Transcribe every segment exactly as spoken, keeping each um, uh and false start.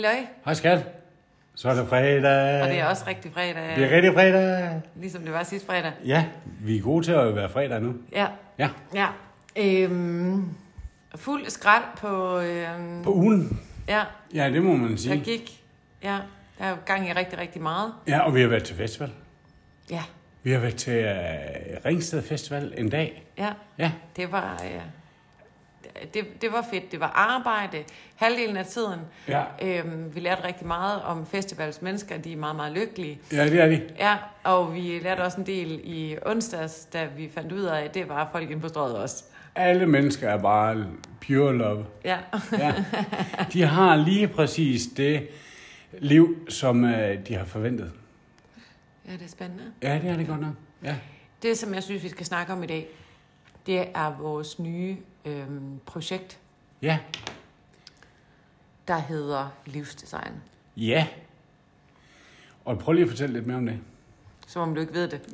Halløj. Hej skat. Så er det fredag. Og det er også rigtig fredag. Det er rigtig fredag. Ligesom det var sidste fredag. Ja, vi er gode til at være fredag nu. Ja. Ja. Ja. Øhm, fuld skrald på... Øhm, På ugen. ja, Ja, det må man sige. der gik. Ja, der er gang i rigtig, rigtig meget. Ja, og vi har været til festival. Ja. Vi har været til uh, Ringsted Festival en dag. Ja. Ja. Det var... Øh, det, det var fedt. Det var arbejde halvdelen af tiden. Ja. Øhm, vi lærte rigtig meget om festivals mennesker. De er meget, meget lykkelige. Ja, det er de. Ja, og vi lærte også en del i onsdags, da vi fandt ud af, at det var folk inde på strøget også. Alle mennesker er bare pure love. Ja. Ja. De har lige præcis det liv, som uh, de har forventet. Ja, det er spændende. Ja, det er det godt nok. Ja. Det, som jeg synes, vi skal snakke om i dag, det er vores nye øhm, projekt, Ja. der hedder Livsdesign. Ja. Og prøv lige at fortælle lidt mere om det. Som om du ikke ved det.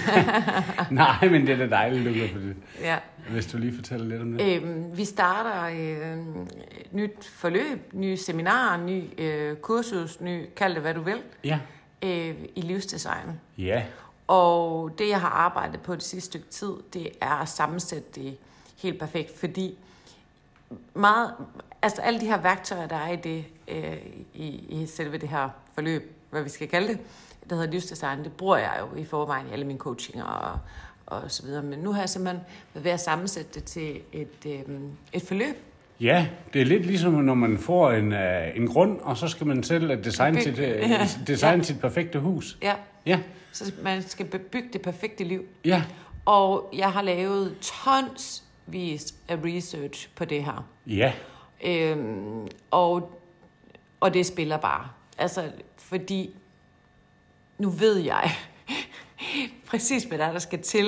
Nej, men det er da dejligt, du kan for det. Ja. Hvis du lige fortæller lidt om det. Øhm, vi starter øh, et nyt forløb, nye seminarer, ny øh, kursus, ny, kald det hvad du vil, Ja. øh, i livsdesign. Ja. Og det, jeg har arbejdet på det sidste stykke tid, det er at sammensætte det helt perfekt, fordi meget, altså alle de her værktøjer, der er i det, øh, i, i selve det her forløb, hvad vi skal kalde det, der hedder livsdesign, det bruger jeg jo i forvejen i alle mine coachinger og, og så videre. Men nu har jeg simpelthen været ved at sammensætte det til et, øh, et forløb. Ja, det er lidt ligesom, når man får en, uh, en grund, og så skal man selv designe, Byg- sit, uh, Ja. designe Ja. sit perfekte hus. Ja, Ja, så man skal bebygge det perfekte liv. ja, Og jeg har lavet tonsvis af research på det her. ja, Øhm, og, og det spiller bare. Altså, fordi nu ved jeg præcis, hvad der er, der skal til,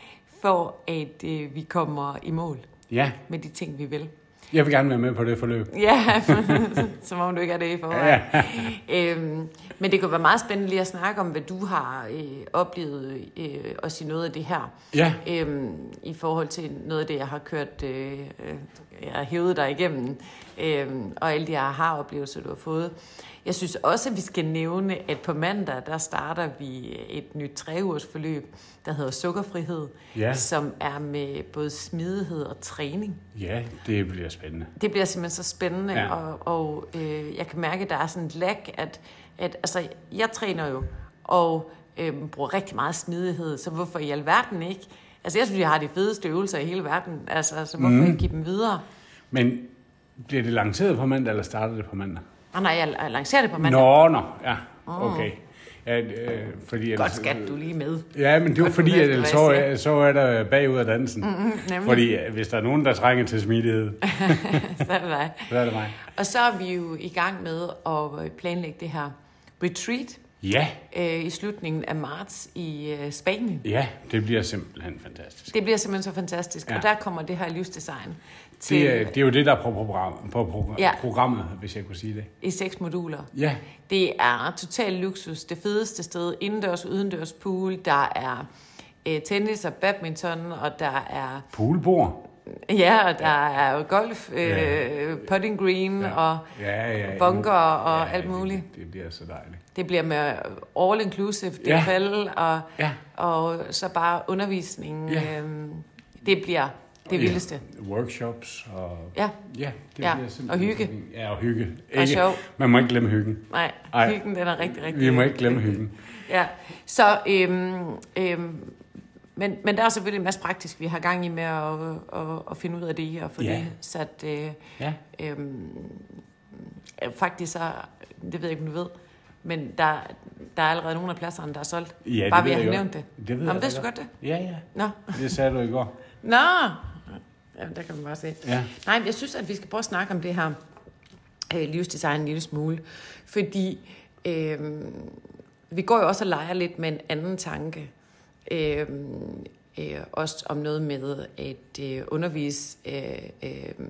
for at øh, vi kommer i mål ja. med de ting, vi vil. Jeg vil gerne være med på det forløb. Ja, som om du ikke er det i forvejen. Ja. Øhm, men det kunne være meget spændende lige at snakke om, hvad du har øh, oplevet øh, også i noget af det her. Ja, Øhm, I forhold til noget af det, jeg har kørt, øh, øh, jeg har hævet dig igennem, øh, og alle de her aha-oplevelser, du har fået. Jeg synes også, at vi skal nævne, at på mandag, der starter vi et nyt tre-ugers forløb, der hedder Sukkerfrihed, Ja. som er med både smidighed og træning. ja, det bliver spændende. Det bliver simpelthen så spændende, Ja. og, og øh, jeg kan mærke, at der er sådan et lag, at, at altså, jeg træner jo, og øh, bruger rigtig meget smidighed, så hvorfor i alverden ikke? Altså, jeg synes, jeg har de fedeste øvelser i hele verden, altså, så hvorfor mm. ikke give dem videre? Men bliver det lanceret på mandag, eller starter det på mandag? Ah, nej, jeg, jeg lancerer det på mandag. Nå, nå, ja, okay. Ja, øh, fordi Godt ellers, skat, du er lige med. Ja, men det var Godt, fordi, du ved, at hvad ellers jeg så, siger. er- så er der bagud af dansen. Mm, nemlig. Fordi øh, hvis der er nogen, der trænger til smidighed, Så er det dig. så er det mig. Og så er vi jo i gang med at planlægge det her retreat Ja, øh, i slutningen af marts i øh, Spanien. ja, det bliver simpelthen fantastisk. Det bliver simpelthen så fantastisk, Ja. og der kommer det her livsdesign til Det er, det er jo det, der er på, program, på program, Ja. programmet, hvis jeg kunne sige det. i seks moduler. Ja, Det er total luksus, det fedeste sted, indendørs, udendørs pool, der er øh, tennis og badminton, og der er poolbord. ja, og der er jo golf, øh, Ja. putting green Ja. og Ja, ja, ja. bunker og ja, alt muligt. Det, det bliver så dejligt. Det bliver med all inclusive, det Ja. fald, og, Ja. og så bare undervisning. Ja. Øhm, det bliver det vildeste. Ja, workshops og... Ja, Ja, det Ja, bliver og simpelthen... hygge. Ja, og hygge. Og sjov. Man må ikke glemme hyggen. nej, Ej. hyggen den er rigtig, rigtig Vi må ikke glemme hyggen. Ja, så øhm, øhm, men, men der er selvfølgelig en masse praktisk, vi har gang i med at, at, at finde ud af det og få Ja. det sat. Øh, Ja. øhm, øh, faktisk så, det ved jeg ikke, om du ved, men der, der er allerede nogle af pladserne, der er solgt. Ja, det Bare ved ved at jeg have godt. nævnt det. Det ved Nå, jeg men vidste da du godt det? Ja, ja. Nå, Det sagde du i går. nå. Jamen, der kan man bare se. Ja. Nej, men jeg synes, at vi skal prøve at snakke om det her øh, livsdesign en lille smule. Fordi øh, vi går jo også og leger lidt med en anden tanke. Øh, øh, også om noget med at øh, undervise øh, øh,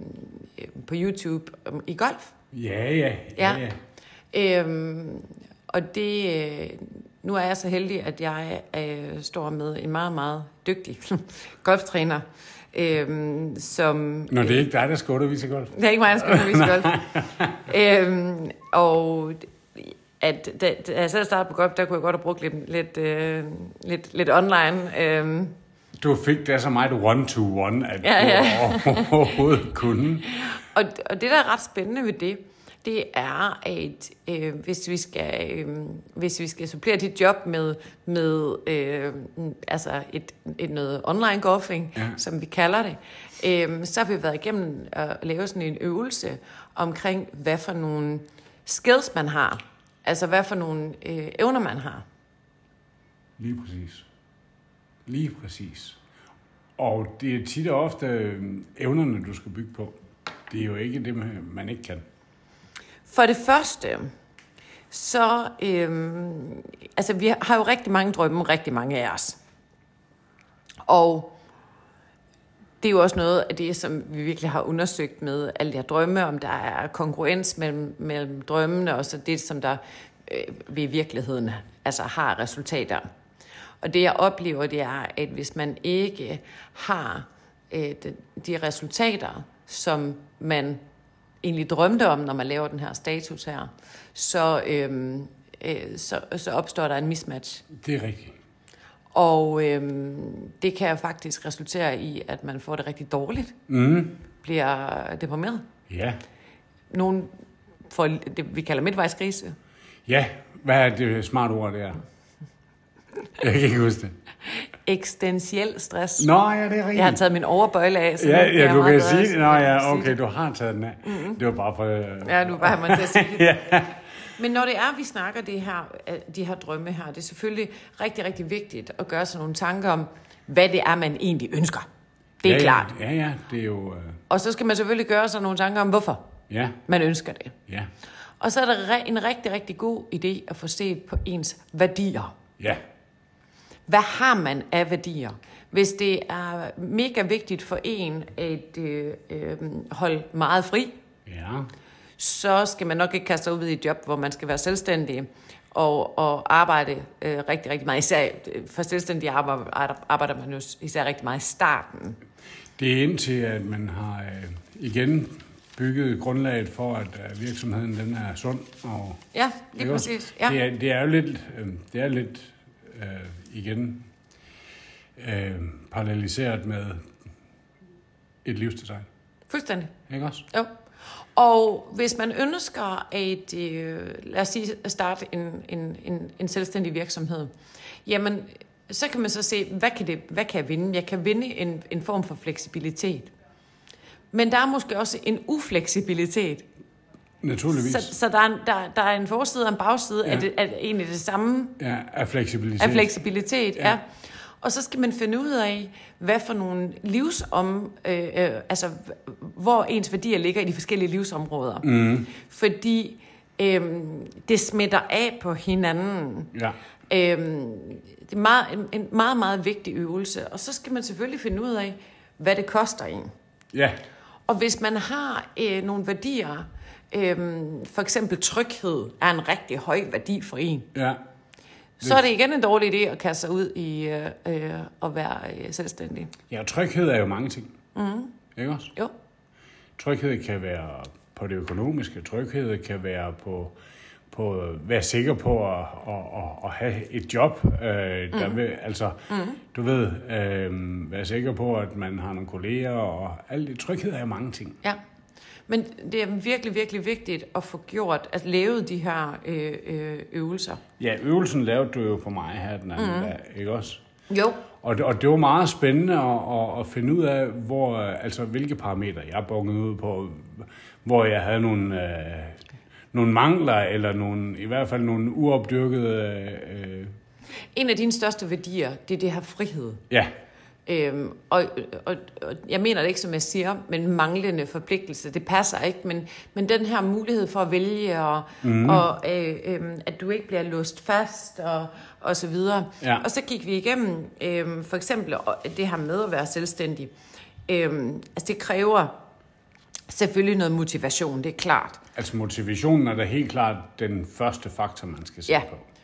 på YouTube um, i golf. Ja, ja. Ja, Ja. ja. Øhm, og det, øh, nu er jeg så heldig, at jeg øh, står med en meget, meget dygtig golftræner, øhm, som... Nå, det er ikke dig, der skal undervise golf? Det er ikke mig, der skal undervise golf. øhm, og at, da, da jeg selv startede på golf, der kunne jeg godt have brugt lidt, lidt, øh, lidt, lidt online. Øhm. Du fik det så meget one-to-one, at ja, ja. du overhovedet kunne. Og, og det, der er ret spændende ved det, det er, at øh, hvis, vi skal, øh, hvis vi skal supplere dit job med, med øh, altså et, et noget online golfing, ja. som vi kalder det, øh, så har vi været igennem at lave sådan en øvelse omkring, hvad for nogle skills man har. Altså, hvad for nogle øh, evner man har. Lige præcis. Lige præcis. Og det er tit og ofte øh, evnerne, du skal bygge på. Det er jo ikke det, man ikke kan. For det første, så... Øhm, altså, vi har jo rigtig mange drømme, rigtig mange af os. Og det er jo også noget af det, som vi virkelig har undersøgt med alle de her drømme, om der er kongruens mellem, mellem drømmene, og så det, som der øh, ved virkeligheden altså har resultater. Og det, jeg oplever, det er, at hvis man ikke har øh, de, de resultater, som man egentlig drømte om, når man laver den her status her, så, øh, øh, så, så opstår der en mismatch. Det er rigtigt. Og øhm, det kan faktisk resultere i, at man får det rigtig dårligt. Mm. Bliver deprimeret. Ja. Nogle får det, vi kalder midtvejskrise. Ja, hvad er det smarte ord, det er? Jeg kan ikke huske det. Eksistentiel stress. Nå, ja, det er rigtigt. Jeg har taget min overbøjle af. Så ja, ja, du kan sige det. Nå, ja, okay, det. du har taget den af. Mm-hmm. Det var bare for... Uh... Ja, du bare har til at sige det. ja. Men når det er, vi snakker det her, de her drømme her, det er selvfølgelig rigtig, rigtig vigtigt at gøre sig nogle tanker om, hvad det er, man egentlig ønsker. Det er ja, klart. Ja, ja, det er jo... Uh... Og så skal man selvfølgelig gøre sig nogle tanker om, hvorfor ja. man ønsker det. Ja. Og så er der en rigtig, rigtig god idé at få set på ens værdier. Ja. Hvad har man af værdier? Hvis det er mega vigtigt for en at øh, øh, holde meget fri, ja. så skal man nok ikke kaste sig ud i et job, hvor man skal være selvstændig og, og arbejde øh, rigtig, rigtig meget. Især for selvstændige arbejder, arbejder man jo især rigtig meget i starten. Det er indtil, at man har øh, igen bygget grundlaget for, at øh, virksomheden den er sund. Og, ja, det er præcis. Ja. Det, er, det er jo lidt, øh, det er lidt øh, igen øh, paralleliseret med et livsdesign. Fuldstændig. Ikke også? Jo. Og hvis man ønsker at, øh, lad os sige, at starte en, en, en, en selvstændig virksomhed, jamen, så kan man så se, hvad kan, det, hvad kan jeg vinde? Jeg kan vinde en, en form for fleksibilitet. Men der er måske også en ufleksibilitet. Naturligvis. Så, så der, er en, der, der er en forside og en bagside ja. af, det, af egentlig det samme. Ja, af fleksibilitet. Af fleksibilitet, ja. ja. Og så skal man finde ud af, hvad for nogle livsom... Øh, øh, altså, hvor ens værdier ligger i de forskellige livsområder. Mm. Fordi øh, det smitter af på hinanden. Ja. Øh, det er meget, en, en meget, meget vigtig øvelse. Og så skal man selvfølgelig finde ud af, hvad det koster en. Ja. Og hvis man har øh, nogle værdier, øh, for eksempel tryghed, er en rigtig høj værdi for en. Ja. Så er det igen en dårlig idé at kaste sig ud i øh, øh, at være øh, selvstændig. Ja, og tryghed er jo mange ting. Mm. Ikke også? Jo. Tryghed kan være på det økonomiske. Tryghed kan være på, på at være sikker på at, at, at, at have et job. Øh, der mm. vil, altså, mm. du ved, øh, være sikker på, at man har nogle kolleger. Og alt det. Tryghed er jo mange ting. Ja. Men det er virkelig, virkelig vigtigt at få gjort, at lave de her øh, øh, øvelser. Ja, øvelsen lavede du jo for mig her den anden mm. dag, ikke også? Jo. Og det, og det var meget spændende at, at, at finde ud af, hvor, altså, hvilke parametre jeg bongede ud på, hvor jeg havde nogle, øh, nogle mangler, eller nogle, i hvert fald nogle uopdyrkede... Øh... En af dine største værdier, det er det her frihed. Ja. Øhm, og, og, og jeg mener det ikke, som jeg siger, men manglende forpligtelse, det passer ikke, men, men den her mulighed for at vælge, og, mm. og øh, øh, at du ikke bliver låst fast, og, og så videre. Ja. Og så gik vi igennem, øh, for eksempel det her med at være selvstændig. Øh, altså det kræver selvfølgelig noget motivation, det er klart. Altså motivationen er da helt klart den første faktor, man skal se ja. på.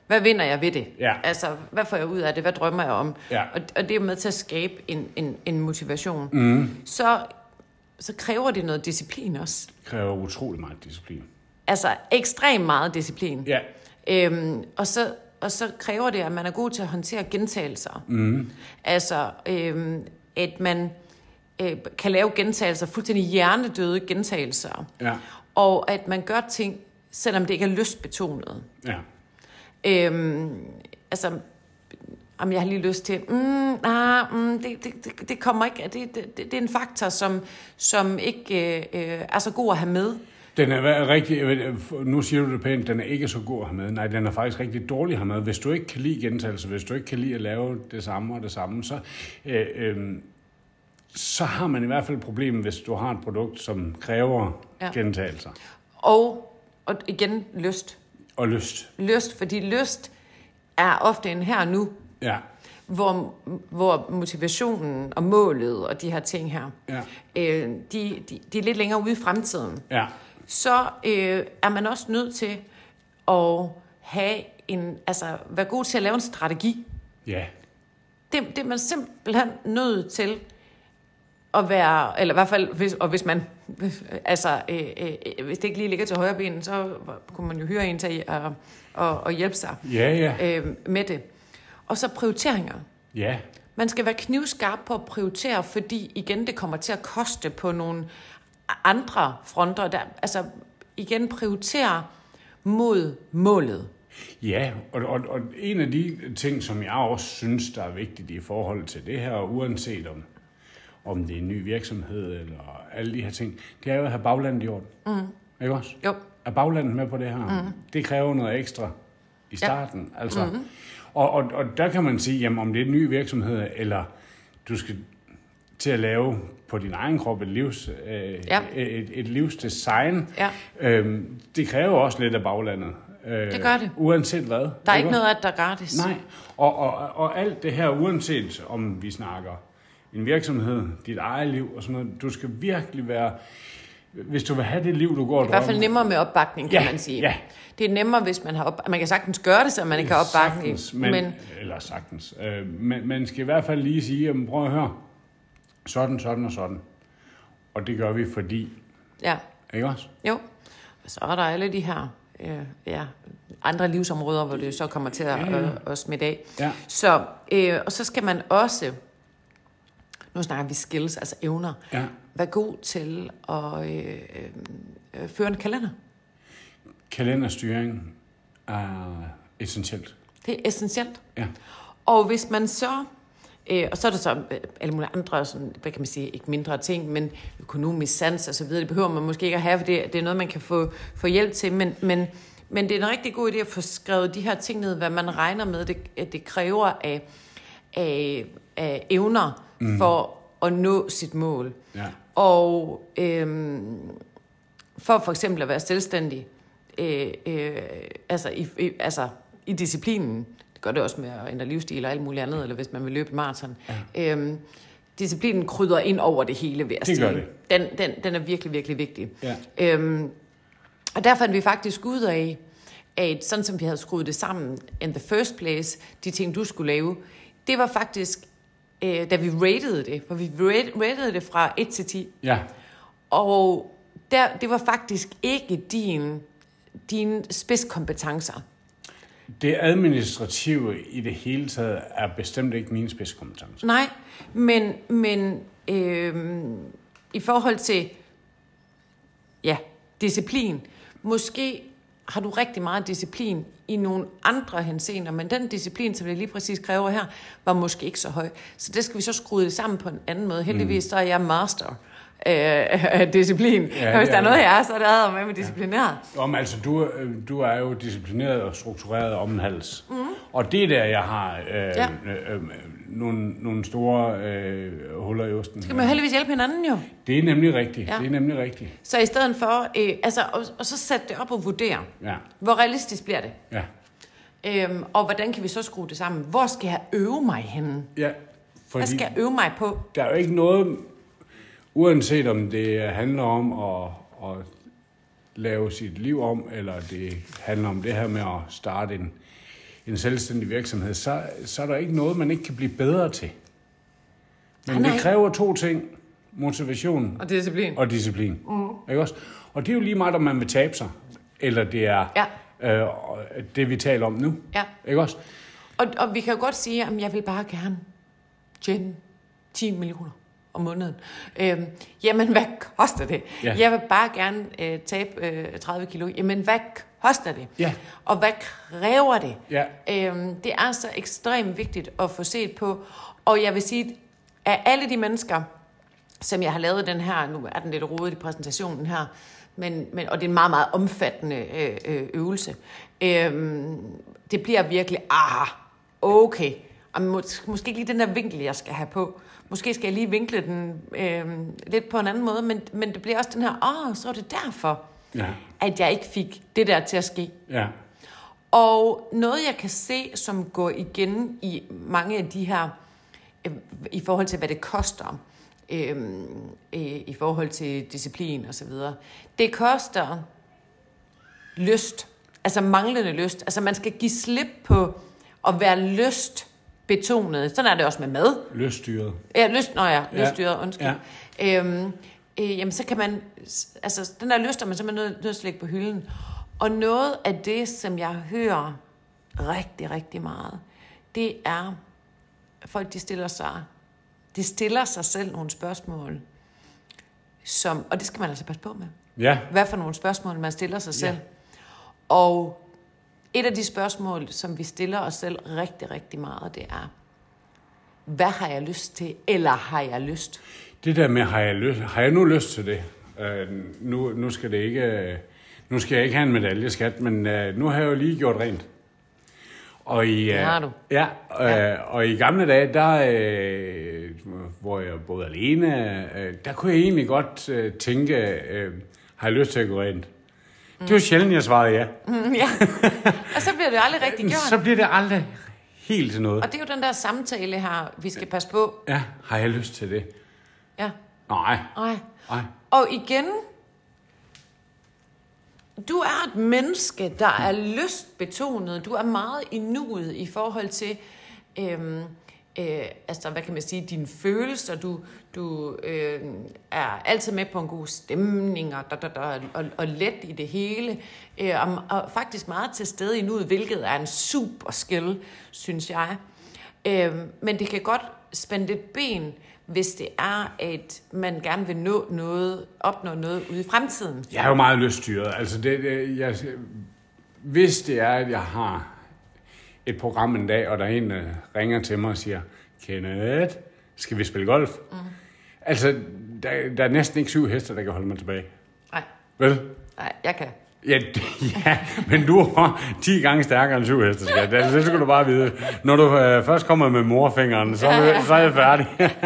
Hvad vinder jeg ved det? Ja. Altså, hvad får jeg ud af det? Hvad drømmer jeg om? Ja. Og, og det er med til at skabe en, en, en motivation. Mm. Så, så kræver det noget disciplin også. Det kræver utrolig meget disciplin. Altså, ekstremt meget disciplin. Ja. Øhm, og, så, og så kræver det, at man er god til at håndtere gentagelser. Mm. Altså, øhm, at man øh, kan lave gentagelser, fuldstændig hjernedøde gentagelser. Ja. Og at man gør ting, selvom det ikke er lystbetonet. Ja. Øhm, altså, om jeg har lige lyst til, mm, ah, mm, det, det, det, det kommer ikke, det, det, det er en faktor, som, som ikke øh, er så god at have med. Den er rigtig, nu siger du det pænt, den er ikke så god at have med. Nej, den er faktisk rigtig dårlig at have med. Hvis du ikke kan lide gentagelse, hvis du ikke kan lide at lave det samme og det samme, så, øh, øh, så har man i hvert fald et problem, hvis du har et produkt, som kræver ja. gentagelser. Og, og igen, lyst. Og lyst. Lyst, fordi lyst er ofte en her og nu, ja. hvor, hvor motivationen og målet og de her ting her, ja. øh, de, de, de er lidt længere ude i fremtiden. Ja. Så øh, er man også nødt til at have en, altså være god til at lave en strategi. Ja. Det, det er man simpelthen nødt til at være, eller i hvert fald, hvis, og hvis man, altså, øh, øh, hvis det ikke lige ligger til højre ben, så kunne man jo hyre en til at, at, at hjælpe sig ja, ja. Øh, med det. Og så prioriteringer. Ja. Man skal være knivskarp på at prioritere, fordi igen, det kommer til at koste på nogle andre fronter. Der, altså igen, prioritere mod målet. Ja, og, og, og en af de ting, som jeg også synes, der er vigtigt i forhold til det her, uanset om, om det er en ny virksomhed eller alle de her ting, det er jo at have baglandet i orden. Mm. Ikke også? Jo. Er baglandet med på det her? Mm. Det kræver noget ekstra i starten. Ja. Altså, mm-hmm. og, og, og der kan man sige, jamen om det er en ny virksomhed, eller du skal til at lave på din egen krop et, livs, øh, ja. et, et livsdesign, ja. øhm, det kræver også lidt af baglandet. Øh, det gør det. Uanset hvad. Der er ikke noget af det, der er gratis. Nej, og, og, og alt det her, uanset om vi snakker en virksomhed, dit eget liv og sådan noget, du skal virkelig være, hvis du vil have det liv, du går og drømmer. Det er i hvert fald nemmere med opbakning, kan ja, man sige. Ja. Det er nemmere, hvis man har op... Man kan sagtens gøre det, så man ikke har opbakning. Sagtens, men, men... Eller sagtens. Øh, men man skal i hvert fald lige sige, jamen, prøv at høre, sådan, sådan og sådan. Og det gør vi, fordi... Ja. Ikke også? Jo. Og så er der alle de her øh, ja, andre livsområder, hvor det så kommer til at, ja, ja. Øh, at smitte af. Ja. Så, øh, og så skal man også... Nu snakker vi skills, altså evner. Ja. Vær god til at øh, øh, føre en kalender. Kalenderstyring er essentielt. Det er essentielt. Ja. Og hvis man så... Øh, og så er der så alle mulige andre, sådan, hvad kan man sige, ikke mindre ting, men økonomisk sans og så videre, det behøver man måske ikke at have, for det, det er noget, man kan få, få hjælp til. Men, men, men det er en rigtig god idé at få skrevet de her ting ned, hvad man regner med, det, det kræver af, af, af evner mm. for at nå sit mål. Ja. Og øhm, for for eksempel at være selvstændig, øh, øh, altså, i, i, altså i disciplinen, det gør det også med at ændre livsstil og alt muligt andet, eller hvis man vil løbe maraton. Ja. Øhm, disciplinen krydder ind over det hele, vil jeg sige. Det gør det. Den, den, den er virkelig, virkelig vigtig. Ja. Øhm, og derfor er vi faktisk ud af, at sådan som vi havde skruet det sammen in the first place, de ting, du skulle lave, det var faktisk, øh, da vi ratede det, for vi ratede det fra et til ti. Ja. Og der, det var faktisk ikke din, dine spidskompetencer. Det administrative i det hele taget er bestemt ikke mine spidskompetencer. Nej, men, men øh, i forhold til ja, disciplin, måske har du rigtig meget disciplin i nogle andre henseender, men den disciplin, som det lige præcis kræver her, var måske ikke så høj. Så det skal vi så skrue det sammen på en anden måde. Heldigvis så er jeg master af disciplin. Ja, hvis der er noget her, så er det ad med med disciplineret. Ja. Om, altså, du, du er jo disciplineret og struktureret om en hals. Mm. Og det er der, jeg har øh, ja. øh, øh, nogle, nogle store øh, huller i osten. Skal man heldigvis hjælpe hinanden jo? Det er nemlig rigtigt. Ja. Det er nemlig rigtigt. Så i stedet for, øh, altså, og, og så sætte det op og vurdere, ja. Hvor realistisk bliver det? Ja. Øhm, og hvordan kan vi så skrue det sammen? Hvor skal jeg øve mig henne? Ja, Hvad skal jeg øve mig på? Der er jo ikke noget... Uanset om det handler om at, at lave sit liv om, eller det handler om det her med at starte en, en selvstændig virksomhed, så, så er der ikke noget, man ikke kan blive bedre til. Men nej, det kræver to ting. Motivation og disciplin. Og disciplin. Mm. Ikke også? Og det er jo lige meget, om man vil tabe sig, eller det er ja. øh, det, vi taler om nu. Ja. Ikke også? Og, og vi kan jo godt sige, at jeg vil bare gerne tjene ti millioner om måneden. Øhm, jamen, hvad koster det? Ja. Jeg vil bare gerne øh, tabe øh, tredive kilo. Jamen, hvad koster det? Ja. Og hvad kræver det? Ja. Øhm, det er så ekstremt vigtigt at få set på. Og jeg vil sige, at alle de mennesker, som jeg har lavet den her, nu er den lidt rodet i præsentationen her, men, men, og det er en meget, meget omfattende øh, øvelse. Øhm, det bliver virkelig, ah, okay, og mås- måske ikke lige den der vinkel, jeg skal have på. Måske skal jeg lige vinkle den øh, lidt på en anden måde, men, men det bliver også den her, åh, oh, så er det derfor, ja. At jeg ikke fik det der til at ske. Ja. Og noget, jeg kan se, som går igen i mange af de her, øh, i forhold til, hvad det koster, øh, øh, i forhold til disciplin og så videre, det koster lyst, altså manglende lyst. Altså man skal give slip på at være lyst betonet. Sådan er det også med mad. Lyststyret. Ja, lyst, nå ja, lyststyret, ja. Undskyld. Ja. Øhm, øh, jamen, så kan man, altså, den der lyst, er man simpelthen nødt nød til at lægge på hylden. Og noget af det, som jeg hører rigtig, rigtig meget, det er, folk, de stiller sig, de stiller sig selv nogle spørgsmål, som, og det skal man altså passe på med. Ja. Hvad for nogle spørgsmål, man stiller sig selv. Ja. Og et af de spørgsmål, som vi stiller os selv rigtig, rigtig meget, det er, hvad har jeg lyst til, eller har jeg lyst? Det der med, har jeg, lyst, har jeg nu lyst til det? Uh, nu, nu skal det ikke, nu skal jeg ikke have en medalje, skat, men uh, nu har jeg jo lige gjort rent. Og i, det har du. Ja, uh, ja. Og i gamle dage, der, uh, hvor jeg boede alene, uh, der kunne jeg egentlig godt uh, tænke, uh, har jeg lyst til at gå rent? Mm. Det var sjældent, jeg svarede ja. Mm, ja. Og så bliver det aldrig rigtig gjort. Så bliver det aldrig helt til noget. Og det er jo den der samtale her, vi skal passe på. Ja, har jeg lyst til det? Ja. Nej. Nej. Nej. Og igen, du er et menneske, der er lystbetonet. Du er meget i nuet i forhold til, øhm, øh, altså hvad kan man sige, dine følelser. Du, du øh, er altid med på en god stemning og, da, da, da, og, og let i det hele. Øh, og, og faktisk meget til stede i nuet, hvilket er en super skill, synes jeg. Øh, men det kan godt spænde et ben, hvis det er, at man gerne vil nå noget, opnå noget ude i fremtiden. Jeg er jo meget lyststyret. Altså det, det, jeg, hvis det er, at jeg har et program en dag, og der er en, der ringer til mig og siger, Kenneth, skal vi spille golf? Mm. Altså, der, der er næsten ikke syv heste, der kan holde mig tilbage. Nej. Vel? Nej, jeg kan. Ja, ja, men du er ti gange stærkere end syv heste, skat. Det, det skal du bare vide. Når du øh, først kommer med morfingeren, så, ja. så er jeg færdig.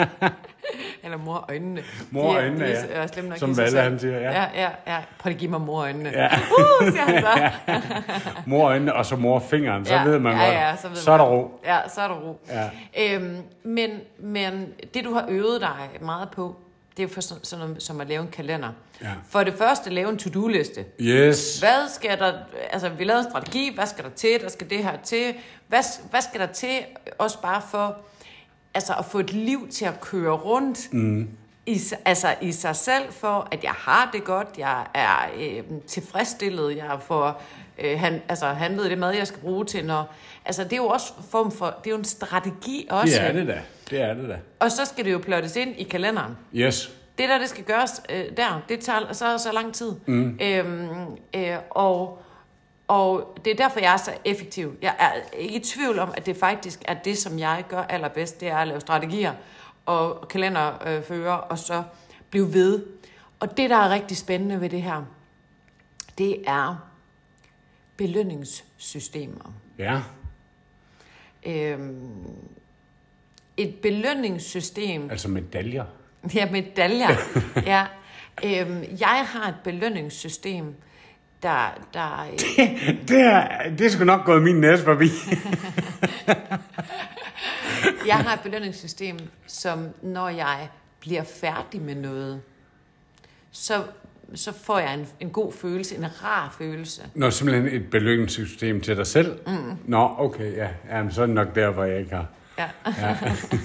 Eller morøjnene. Morøjnene, ja. Er slem nok. Som Valle, han siger, ja. Ja, ja, ja. Prøv at give mig morøjnene. Ja. Uh, siger han så. Morøjnene og så morfingeren, så ja, ved man ja, godt. Ja, så, ved så er der ro. Ja, så er der ro. Ja. Øhm, men, men det, du har øvet dig meget på, det er for sådan, sådan noget som at lave en kalender. Ja. For det første, lave en to-do-liste. Yes. Hvad skal der, altså vi lavede en strategi, hvad skal der til, der skal det her til, hvad, hvad skal der til, også bare for, altså at få et liv til at køre rundt, mm. i, altså i sig selv, for at jeg har det godt, jeg er øh, tilfredsstillet, jeg får øh, han, altså, handlet det mad, jeg skal bruge til, når, altså det er jo også form for, det er jo en strategi også. Det er det da, det er det da. Og så skal det jo plottes ind i kalenderen. Yes. Det der, det skal gøres øh, der, det tager så så lang tid. Mm. Øhm, øh, og, og det er derfor, jeg er så effektiv. Jeg er ikke i tvivl om, at det faktisk er det, som jeg gør allerbedst, det er at lave strategier og kalenderfører, øh, og så blive ved. Og det, der er rigtig spændende ved det her, det er belønningssystemer. Ja. Øhm, et belønningssystem... Altså medaljer. Ja, medaljer. Ja. Øhm, jeg har et belønningssystem, der... der øh... det, det, er, det er sgu nok gået min næse forbi. Jeg har et belønningssystem, som når jeg bliver færdig med noget, så så får jeg en, en god følelse, en rar følelse. Nå, simpelthen et belønningssystem til dig selv? Mm. Nå, okay, ja. Jamen, så er det nok der, hvor jeg ikke har. Ja. ja.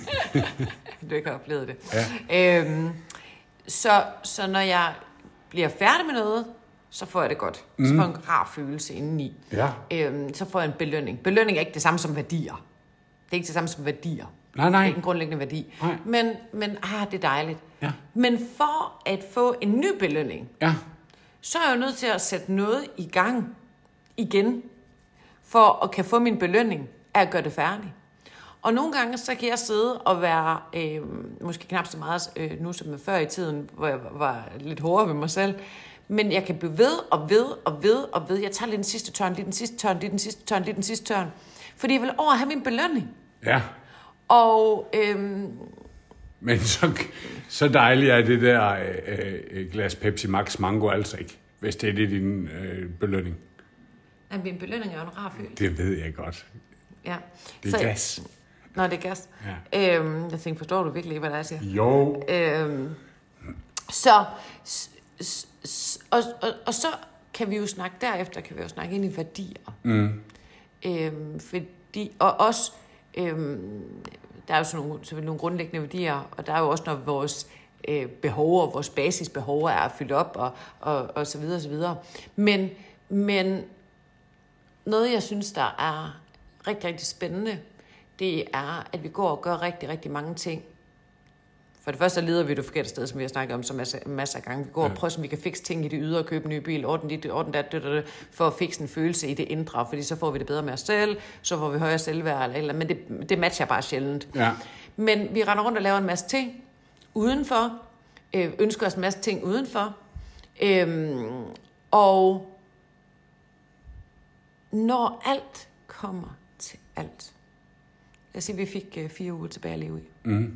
Du ikke har oplevet det. Ja. Øhm, så, så når jeg bliver færdig med noget, så får jeg det godt. Mm. Så får jeg en rar følelse indeni. Ja. Øhm, så får jeg en belønning. Belønning er ikke det samme som værdier. Det er ikke det samme som værdier. Nej, nej. Det er ikke en grundlæggende værdi. Nej. Men, men ah, det er dejligt. Ja. Men for at få en ny belønning, ja. så er jeg jo nødt til at sætte noget i gang igen, for at kan få min belønning af at gøre det færdigt. Og nogle gange, så kan jeg sidde og være, øh, måske knap så meget øh, nu som før i tiden, hvor jeg var lidt hårdere ved mig selv, men jeg kan blive ved og ved og ved og ved. Jeg tager lige den sidste tørn, lige den sidste tørn, lige den sidste tørn, lige den sidste tørn. Fordi jeg vil over have min belønning. Ja. Og... Øhm, men så, så dejligt er det der øh, glas Pepsi Max Mango altså ikke, hvis det er det din øh, belønning. Ja, min belønning er jo en rar følelse. Det ved jeg godt. Ja. Det er så, gas. Nå, det er gas. Ja. Øhm, jeg tænker, forstår du virkelig ikke, hvad der er, jeg siger? Jo. Øhm, så, s, s, s, og, og, og så kan vi jo snakke, derefter kan vi jo snakke ind i værdier. Mm. Øhm, fordi, og også, øhm, der er jo sådan nogle, selvfølgelig nogle grundlæggende værdier, og der er jo også, når vores øh, behov og vores basisbehov er fyldt op, og, og, og så videre, og så videre. Men, men noget, jeg synes, der er rigtig, rigtig spændende, det er, at vi går og gør rigtig, rigtig mange ting. For det første, så leder vi det forkerte sted, som vi har snakket om så masser, masser af gange. Vi går ja. og prøver, om vi kan fikse ting i det ydre, købe en ny bil, ordne dit, ordne dat, dat, dat, for at fikse en følelse i det indre, fordi så får vi det bedre med os selv, så får vi højere selvværd, eller, eller men det, det matcher bare sjældent. Ja. Men vi render rundt og laver en masse ting udenfor, øh, ønsker os en masse ting udenfor, øhm, og når alt kommer til alt. Jeg siger, vi fik øh, fire uger tilbage at leve i. Mm.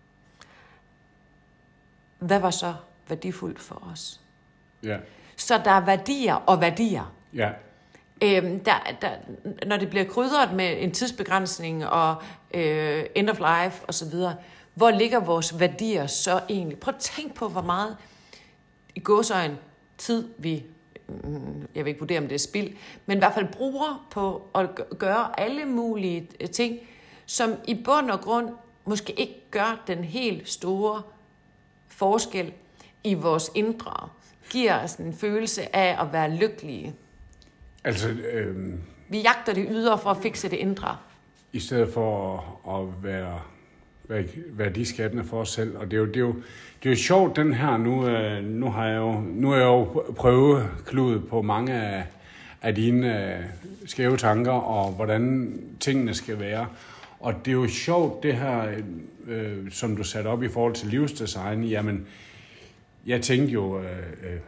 Hvad var så værdifuldt for os? Ja. Så der er værdier og værdier. Ja. Øhm, der, der, når det bliver krydret med en tidsbegrænsning og øh, end of life osv., hvor ligger vores værdier så egentlig? Prøv at tænk på, hvor meget i gåseøjne tid vi, jeg vil ikke vurdere, om det er spild, men i hvert fald bruger på at gøre alle mulige ting, som i bund og grund måske ikke gør den helt store forskel i vores indre, giver os en følelse af at være lykkelige. Altså, øh, vi jagter det ydre for at fikse det indre. I stedet for at, at være, være værdiskabende for os selv. Og det er jo, det er jo, det er jo sjovt, den her, nu, øh, nu har jeg jo, nu er jeg jo prøvekludet på mange af, af dine øh, skæve tanker, og hvordan tingene skal være. Og det er jo sjovt, det her, øh, som du satte op i forhold til livsdesign. Jamen, jeg tænkte jo, øh, øh,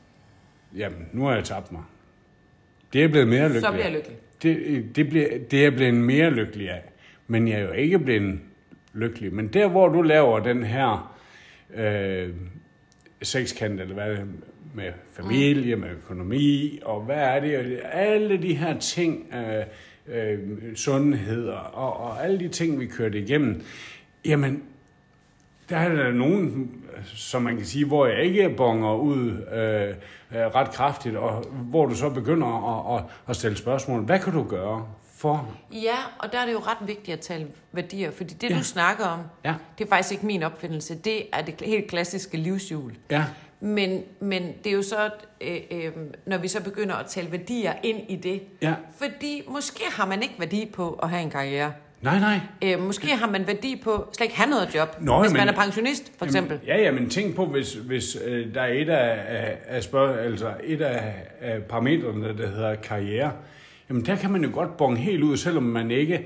jamen, nu har jeg tabt mig. Det er blevet mere lykkelig. Så bliver jeg lykkelig. Det, det, bliver, det er blevet mere lykkelig af. Men jeg er jo ikke blevet lykkelig. Men der, hvor du laver den her øh, sekskant, eller hvad med familie, med økonomi, og hvad er det? Alle de her ting... Øh, Øh, sundhed og, og alle de ting, vi kørte igennem, jamen, der er der nogen, som man kan sige, hvor jeg ikke bonger ud øh, ret kraftigt, og hvor du så begynder at, at, at stille spørgsmål. Hvad kan du gøre for? Ja, og der er det jo ret vigtigt at tale værdier, fordi det, ja. du snakker om, ja. det er faktisk ikke min opfindelse. Det er det helt klassiske livshjul. Ja. Men, men det er jo så, øh, øh, når vi så begynder at tale værdier ind i det. Ja. Fordi måske har man ikke værdi på at have en karriere. Nej, nej. Øh, måske har man værdi på slet ikke have noget job, Nå, hvis men, man er pensionist, for eksempel. Jamen, ja, ja, men tænk på, hvis, hvis øh, der er et af, af, spørg, altså et af, af parametrene, der hedder karriere. Jamen, der kan man jo godt bonge helt ud, selvom man ikke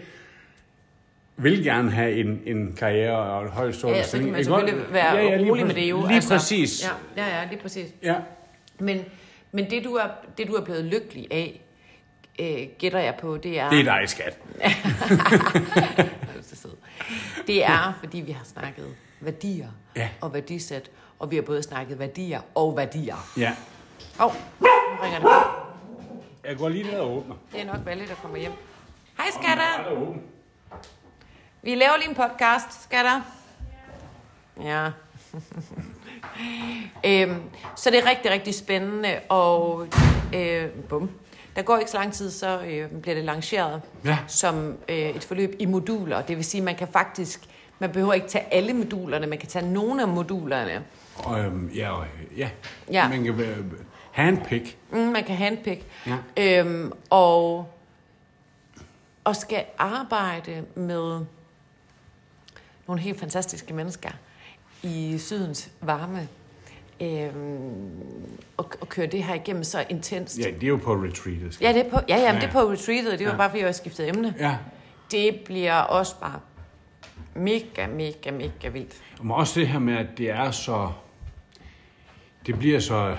vil gerne have en, en karriere og et højt stående. Ja, så kan man selvfølgelig være ja, ja, rolig med det jo. Lige altså, præcis. Ja, ja, ja, lige præcis. Ja. Men, men det, du er, det, du er blevet lykkelig af, øh, gætter jeg på, det er... Det er dig, skat. Det er, fordi vi har snakket værdier ja. og værdisæt, og vi har både snakket værdier og værdier. Ja. Åh, oh, nu ringer det. Jeg går lige ned og åbner. Det er nok Valle, der kommer hjem. Hej, skatter. Vi laver lige en podcast, skatter. Ja. øhm, så det er rigtig, rigtig spændende, og øh, bum. Der går ikke så lang tid, så øh, bliver det lanceret ja. som øh, et forløb i moduler. Det vil sige, man kan faktisk, man behøver ikke tage alle modulerne, man kan tage nogle af modulerne. Og, øhm, ja, og, ja, ja, man kan øh, handpick. Mm, man kan handpick. Ja. Øhm, og, og skal arbejde med nogle helt fantastiske mennesker i sydens varme. Øhm, og, og køre det her igennem så intenst. Ja, det er jo på retreatet. Ja, det er på, ja, ja, ja. det er på retreatet. Det var ja. bare, fordi jeg skiftede emne. Ja. Det bliver også bare mega, mega, mega vildt. Og også det her med, at det er så... Det bliver så...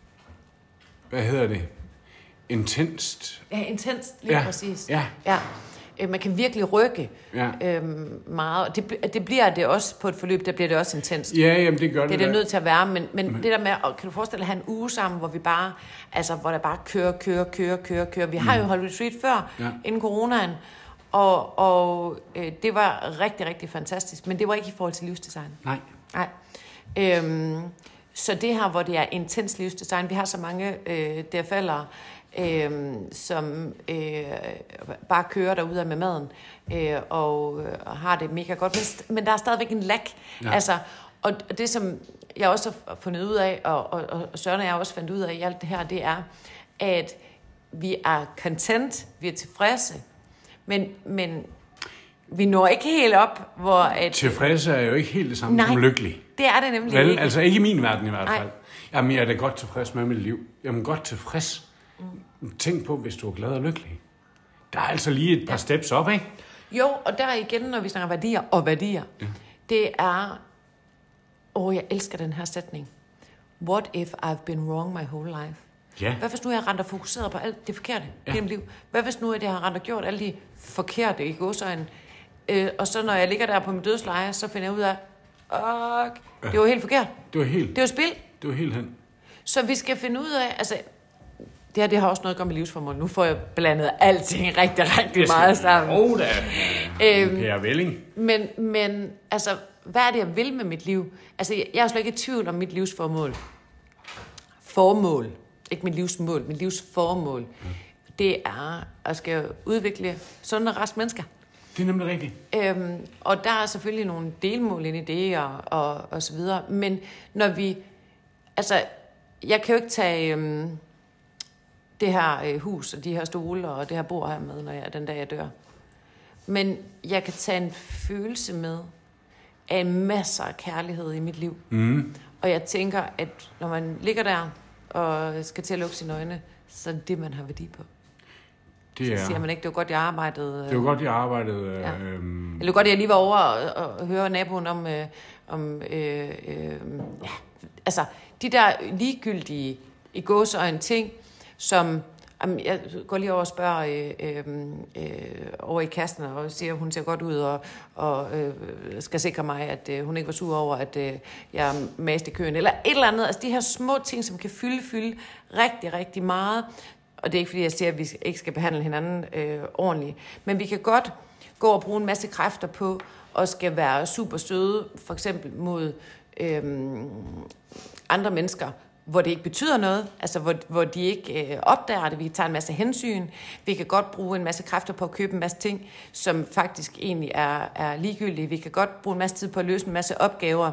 Hvad hedder det? Intenst. Ja, intenst, lige ja. præcis. Ja. ja. Man kan virkelig rykke ja. øhm, meget. Det, det bliver det også på et forløb, der bliver det også intenst. Ja, jamen det gør det. Det er det nødt til at være, men, men, men det der med, og kan du forestille dig at have en uge sammen, hvor vi bare, altså hvor der bare kører, kører, kører, kører, kører. Vi har mm. jo holdt retreat før, ja. inden coronaen, og, og øh, det var rigtig, rigtig fantastisk, men det var ikke i forhold til livsdesign. Nej. Nej. Øhm, så det her, hvor det er intens livsdesign, vi har så mange øh, D F L'ere, Øhm, som øh, bare kører derude med maden øh, og øh, har det mega godt, men, men der er stadigvæk en lag. Ja. Altså, og det som jeg også har fundet ud af, og, og, og Søren og jeg også fandt ud af i alt det her, det er, at vi er content, vi er tilfredse, men, men vi når ikke helt op, hvor... At, tilfredse er jo ikke helt det samme nej, som lykkelig. Det er det nemlig Vel, ikke. altså ikke i min verden i hvert nej. fald. Jamen, jeg er da godt tilfreds med mit liv. Jamen, godt tilfreds. Mm. Tænk på, hvis du er glad og lykkelig. Der er altså lige et par ja. steps op, ikke? Jo, og der igen, når vi snakker værdier og værdier, ja. det er... Åh, oh, jeg elsker den her sætning. What if I've been wrong my whole life? Ja. Hvad hvis nu jeg har rendt og fokuseret på alt det forkerte ja. i mit liv? Hvad hvis nu jeg har rendt og gjort alle de forkerte i gåseøjne? Øh, og så når jeg ligger der på mit dødsleje, så finder jeg ud af, åh, det var helt forkert. Det var helt... Det var spil. Det var helt hen. Så vi skal finde ud af, altså... Det her, det har også noget at gøre med livsformål. Nu får jeg blandet alting rigtig, rigtig meget sammen. Åh, da. Øhm, Per Velling. Men, men, altså, hvad er det, jeg vil med mit liv? Altså, jeg er slet ikke i tvivl om mit livsformål. Formål. Ikke mit livsmål, mit livsformål. Ja. Det er at skal udvikle sunde og raske mennesker. Det er nemlig rigtigt. Øhm, og der er selvfølgelig nogle delmål ind i det, og, og, og så videre. Men når vi... Altså, jeg kan jo ikke tage... Øhm, det her øh, hus og de her stole og det her bord her med, når jeg, den dag jeg dør. Men jeg kan tage en følelse med af en masse af kærlighed i mit liv. Mm. Og jeg tænker, at når man ligger der og skal til at lukke sine øjne, så er det, man har værdi på. Det er... Så siger man ikke, det var godt, jeg arbejdede... Det var godt, jeg arbejdede... Ja. Øhm... Eller godt, jeg lige var over og, og høre naboen om... Øh, om øh, øh, ja, altså, de der ligegyldige i gåseøjne ting, som, jamen, jeg går lige over og spørger øh, øh, øh, over i kassen, og siger, at hun ser godt ud, og, og øh, skal sikre mig, at øh, hun ikke var sur over, at øh, jeg maste i køen, eller et eller andet. Altså de her små ting, som kan fylde, fylde rigtig, rigtig meget. Og det er ikke, fordi jeg siger, at vi ikke skal behandle hinanden øh, ordentligt. Men vi kan godt gå og bruge en masse kræfter på, og skal være super søde, for eksempel mod øh, andre mennesker, hvor det ikke betyder noget, altså hvor, hvor de ikke øh, opdager det. Vi tager en masse hensyn. Vi kan godt bruge en masse kræfter på at købe en masse ting, som faktisk egentlig er, er ligegyldige. Vi kan godt bruge en masse tid på at løse en masse opgaver,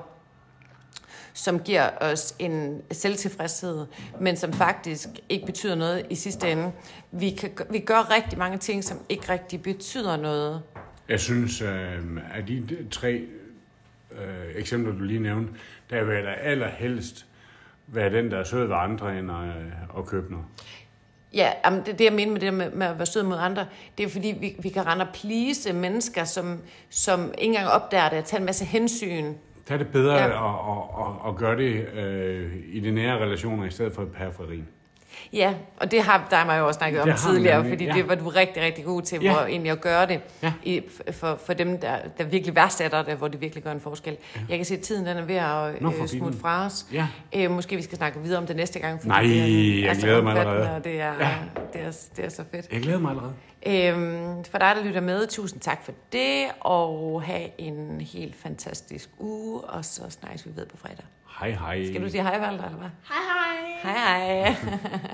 som giver os en selvtilfredshed, men som faktisk ikke betyder noget i sidste ende. Vi, kan, vi gør rigtig mange ting, som ikke rigtig betyder noget. Jeg synes, øh, at de tre øh, eksempler, du lige nævnte, der vil jeg allerhelst være den, der er sød ved andre, end at, at købe noget. Ja, jamen det, det jeg mener med det med, med at være sød mod andre, det er fordi, vi, vi kan rende og please mennesker, som, som ikke engang opdager det, at tage en masse hensyn. Det er det bedre ja. at, at, at, at gøre det øh, i de nære relationer, i stedet for i periferien. Ja, og det har der mig jo også snakket om tidligere, fordi ja. det var du rigtig, rigtig god til, ja. hvor egentlig at gøre det ja. i, for, for dem, der, der virkelig værdsætter det, hvor det virkelig gør en forskel. Ja. Jeg kan se, at tiden den er ved at Nå, øh, smutte fra os. Ja. Øh, måske vi skal snakke videre om det næste gang. Nej, det er, jeg glæder mig allerede. Og det er, ja. det, er, det er så fedt. Jeg glæder mig allerede. Øhm, for dig, der lytter med, tusind tak for det, og have en helt fantastisk uge, og så snakkes vi ved på fredag. Hej hej. Skal du sige hej, Valter, eller hvad? Hej hej. Hej hej.